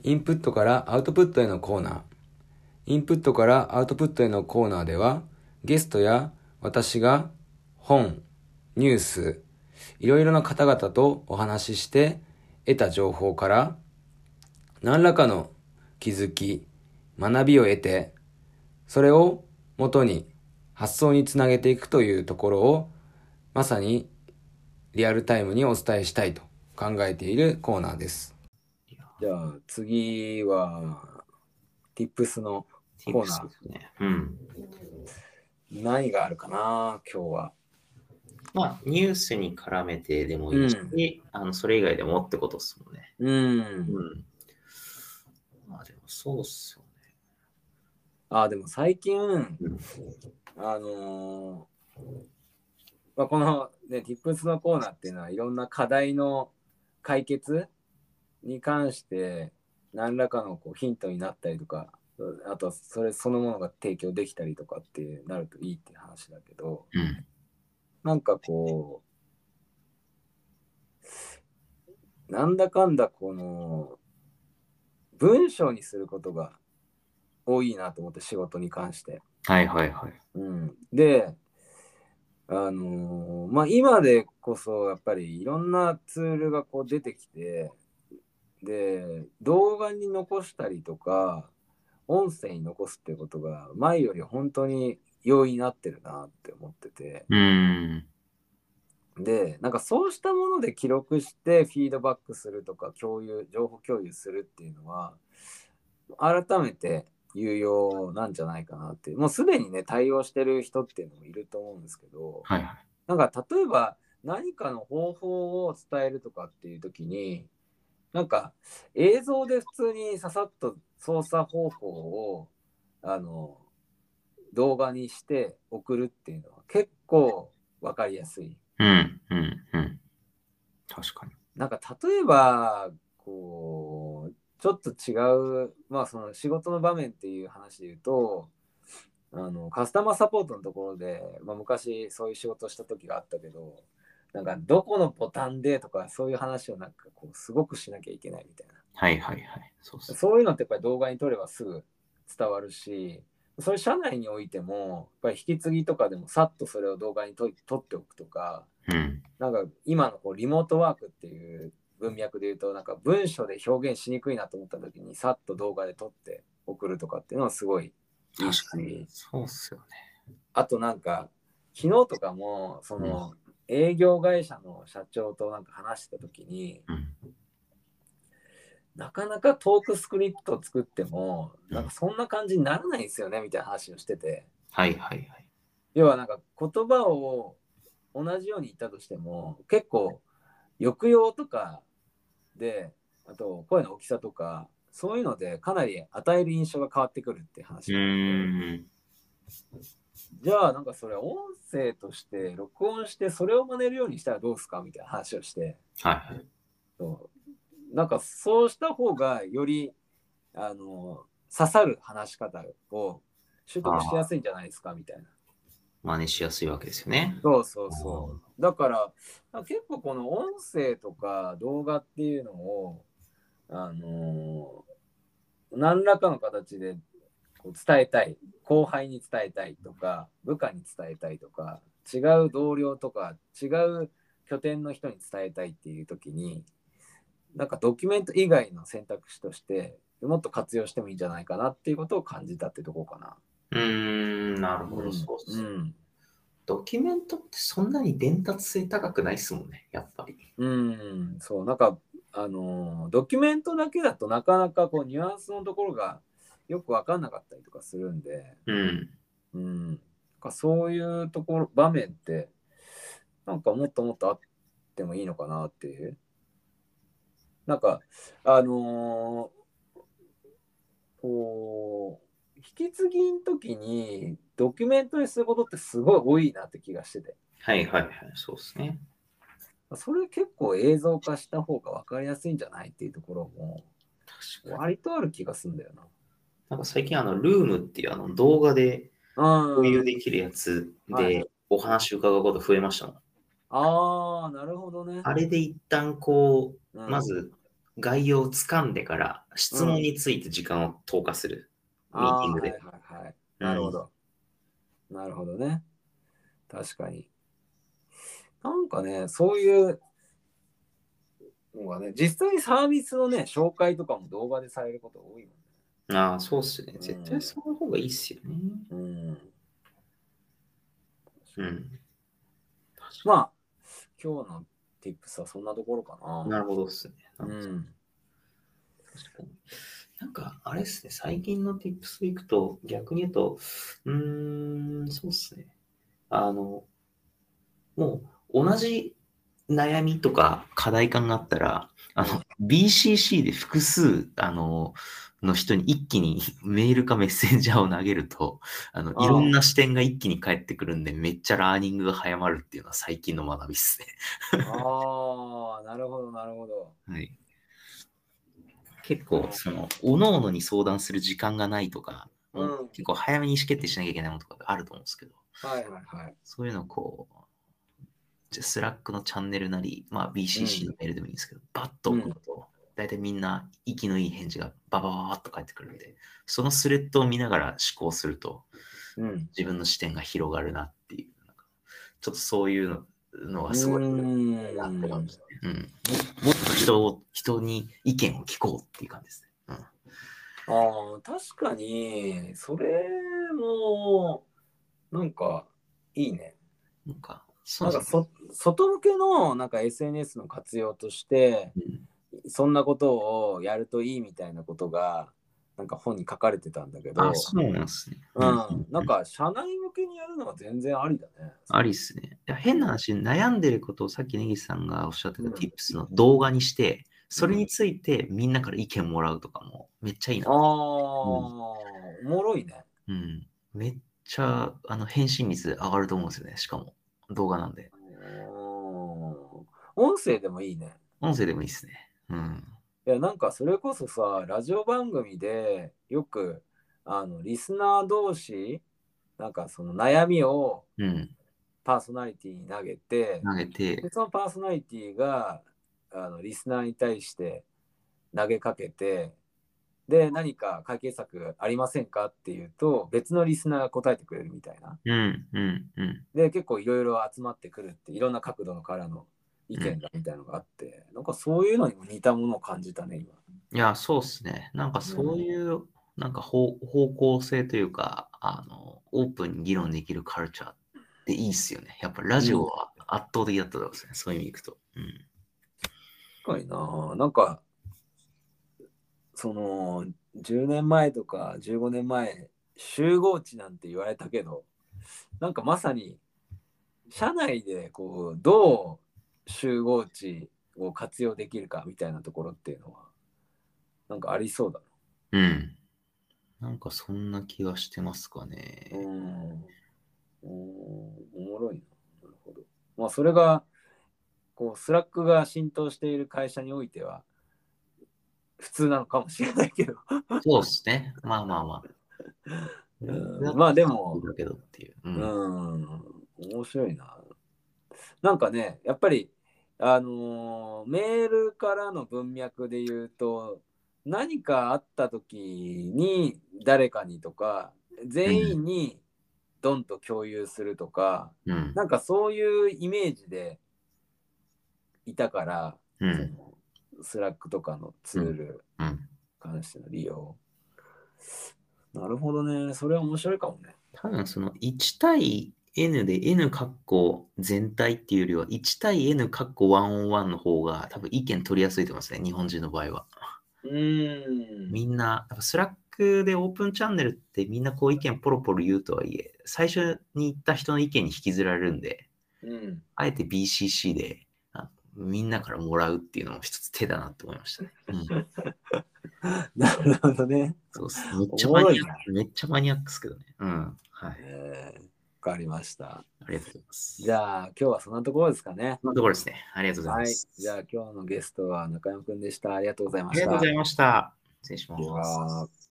インプットからアウトプットへのコーナー。インプットからアウトプットへのコーナーでは、ゲストや私が本、ニュース、いろいろな方々とお話しして得た情報から何らかの気づき、学びを得て、それを元に発想につなげていくというところをまさにリアルタイムにお伝えしたいと考えているコーナーです。じゃあ次は Tips のコーナー。 ですね。うん。 何があるかな今日は。 まあ、ニュースに絡めてでもいいし、それ以外でもってことですもんね。まあでもそうっすよね。 でも最近、この、ね、Tips のコーナーっていうのはいろんな課題の解決に関して何らかのヒントになったりとか、あとそれそのものが提供できたりとかってなるといいっていう話だけど、なんかなんだかんだこの文章にすることが多いなと思って、仕事に関して。で、今でこそやっぱりいろんなツールが出てきて、で動画に残したりとか音声に残すってことが前より本当に容易になってるなって思ってて、でなんかそうしたもので記録してフィードバックするとか情報共有するっていうのは改めて有用なんじゃないかなって。もうすでにね対応してる人っていうのもいると思うんですけど、なんか例えば何かの方法を伝えるとかっていう時に、なんか映像で普通にささっと操作方法を動画にして送るっていうのは結構わかりやすい。 確かに。 なんか例えばちょっと違う、その仕事の場面っていう話で言うと、カスタマーサポートのところで、昔そういう仕事をした時があったけど、なんかどこのボタンでとかそういう話をなんかすごくしなきゃいけないみたいな。そういうのってやっぱり動画に撮ればすぐ伝わるし、そういう社内においてもやっぱり引き継ぎとかでもさっとそれを動画に撮っておくとか、なんか今のリモートワークっていう文脈で言うと、なんか文章で表現しにくいなと思った時にさっと動画で撮って送るとかっていうのはすごいいいし、 そうっすよね。 あとなんか昨日とかもその営業会社の社長となんか話した時に、なかなかトークスクリプトを作ってもなんかそんな感じにならないんですよねみたいな話をしてて、要はなんか言葉を同じように言ったとしても結構抑揚とかで、あと声の大きさとかそういうのでかなり与える印象が変わってくるって話があって、じゃあなんかそれ音声として録音してそれを真似るようにしたらどうですかみたいな話をして、なんかそうした方がより刺さる話し方を習得しやすいんじゃないですかみたいな。 真似しやすいわけですよね。 そうそうそう。だから結構この音声とか動画っていうのを何らかの形で伝えたい、後輩に伝えたいとか部下に伝えたいとか違う同僚とか違う拠点の人に伝えたいっていう時に、なんかドキュメント以外の選択肢としてもっと活用してもいいんじゃないかなっていうことを感じたってとこかな。 なるほど、そうっす。ドキュメントってそんなに伝達性高くないっすもんね、やっぱり。 そう、なんかドキュメントだけだとなかなかニュアンスのところがよく分かんなかったりとかするんで、そういうところ場面ってなんかもっともっとあってもいいのかなっていう。なんか引き継ぎの時にドキュメントにすることってすごい多いなって気がしてて。 そうですね。 それ結構映像化した方が分かりやすいんじゃないっていうところも割とある気がするんだよな。 なんか最近ルームっていう動画で共有できるやつでお話伺うこと増えましたもん。 なるほどね。 あれで一旦まず概要をつかんでから質問について時間を投下する、ミーティングで。 はいはいはい。なるほど。なるほどね。確かに。なんかね、そういうのがね、実際にサービスのね、紹介とかも動画でされること多いもんね。 ああ、そうっすね。絶対その方がいいっすよね。 うん。 うん。 まあ、今日の Tips はそんなところかな。 なるほどっすね。 うん。 確かに。なんか、あれっすね。最近の Tips いくと、逆に言うと、そうっすね。もう同じ悩みとか課題感があったら、BCC で複数、の人に一気にメールかメッセンジャーを投げると、いろんな視点が一気に返ってくるんで、めっちゃラーニングが早まるっていうのは最近の学びっすね。 ああ、なるほど、なるほど。 はい。結構、各々に相談する時間がないとか、もう結構早めに意思決定しなきゃいけないものとかがあると思うんですけど、 はいはいはい。 そういうのをこう、スラックのチャンネルなり、まあ BCC のメールでもいいんですけど、バッと送ると、大体みんな息のいい返事がババババッと返ってくるんで、そのスレッドを見ながら思考すると、自分の視点が広がるなっていう、ちょっとそういうのはすごいなって感じですね。もっと人に意見を聞こうっていう感じですね。 ああ、確かに、それも、なんか、いいね。なんか外向けのなんか SNS の活用として、そんなことをやるといいみたいなことが、なんか本に書かれてたんだけど、 そうなんですね。 なんか社内向けにやるのは全然ありだね。 ありっすね。変な話、悩んでることをさっき根岸さんがおっしゃってた Tips の動画にして、それについてみんなから意見もらうとかもめっちゃいいな。 おもろいね。 めっちゃ返信率上がると思うんですよね。しかも動画なんで。 音声でもいいね。 音声でもいいっすね。 いや、なんかそれこそさ、ラジオ番組でよく、リスナー同士、なんかその悩みをパーソナリティに投げて、でそのパーソナリティがリスナーに対して投げかけて、で、何か解決策ありませんかっていうと、別のリスナーが答えてくれるみたいな。で、結構いろいろ集まってくるって、いろんな角度からの意見だみたいなのがあって、なんかそういうのにも似たものを感じたね、今。 いや、そうっすね。なんかそういう、なんか方向性というか、オープンに議論できるカルチャーっていいっすよね。やっぱラジオは圧倒的だっただろうですね。そういう意味いくと。 確かにな。なんか、その、10年前とか15年前、集合値なんて言われたけど、なんかまさに、社内でこう、どう集合値を活用できるかみたいなところっていうのは、なんかありそうだな。なんかそんな気がしてますかね。 おもろいな。なるほど。まあ、それが、こう、スラックが浸透している会社においては、普通なのかもしれないけど。 そうですね。まあまあまあ。 まあでも、 だけどっていう。 面白いな。なんかね、やっぱり、メールからの文脈で言うと、何かあった時に誰かにとか、全員にドンと共有するとか、なんかそういうイメージでいたから、そのスラックとかのツール関しての利用。なるほどね。それは面白いかもね。 多分その1対 N で N 括弧全体っていうよりは1対 N 括弧ワンオンワンの方が多分意見取りやすいと思いますね。日本人の場合は。みんな、やっぱスラックでオープンチャンネルってみんなこう意見ポロポロ言うとはいえ、最初に言った人の意見に引きずられるんで、あえて BCC でみんなからもらうっていうのも一つ手だなって思いましたね。 なるほどね。 そうっす。めっちゃマニアック、めっちゃマニアックですけどね。はい。 わかりました。 ありがとうございます。 じゃあ、今日はそんなところですかね。 そんなところですね。ありがとうございます。 はい。じゃあ、今日のゲストは中山くんでした。ありがとうございました。 ありがとうございました。失礼します。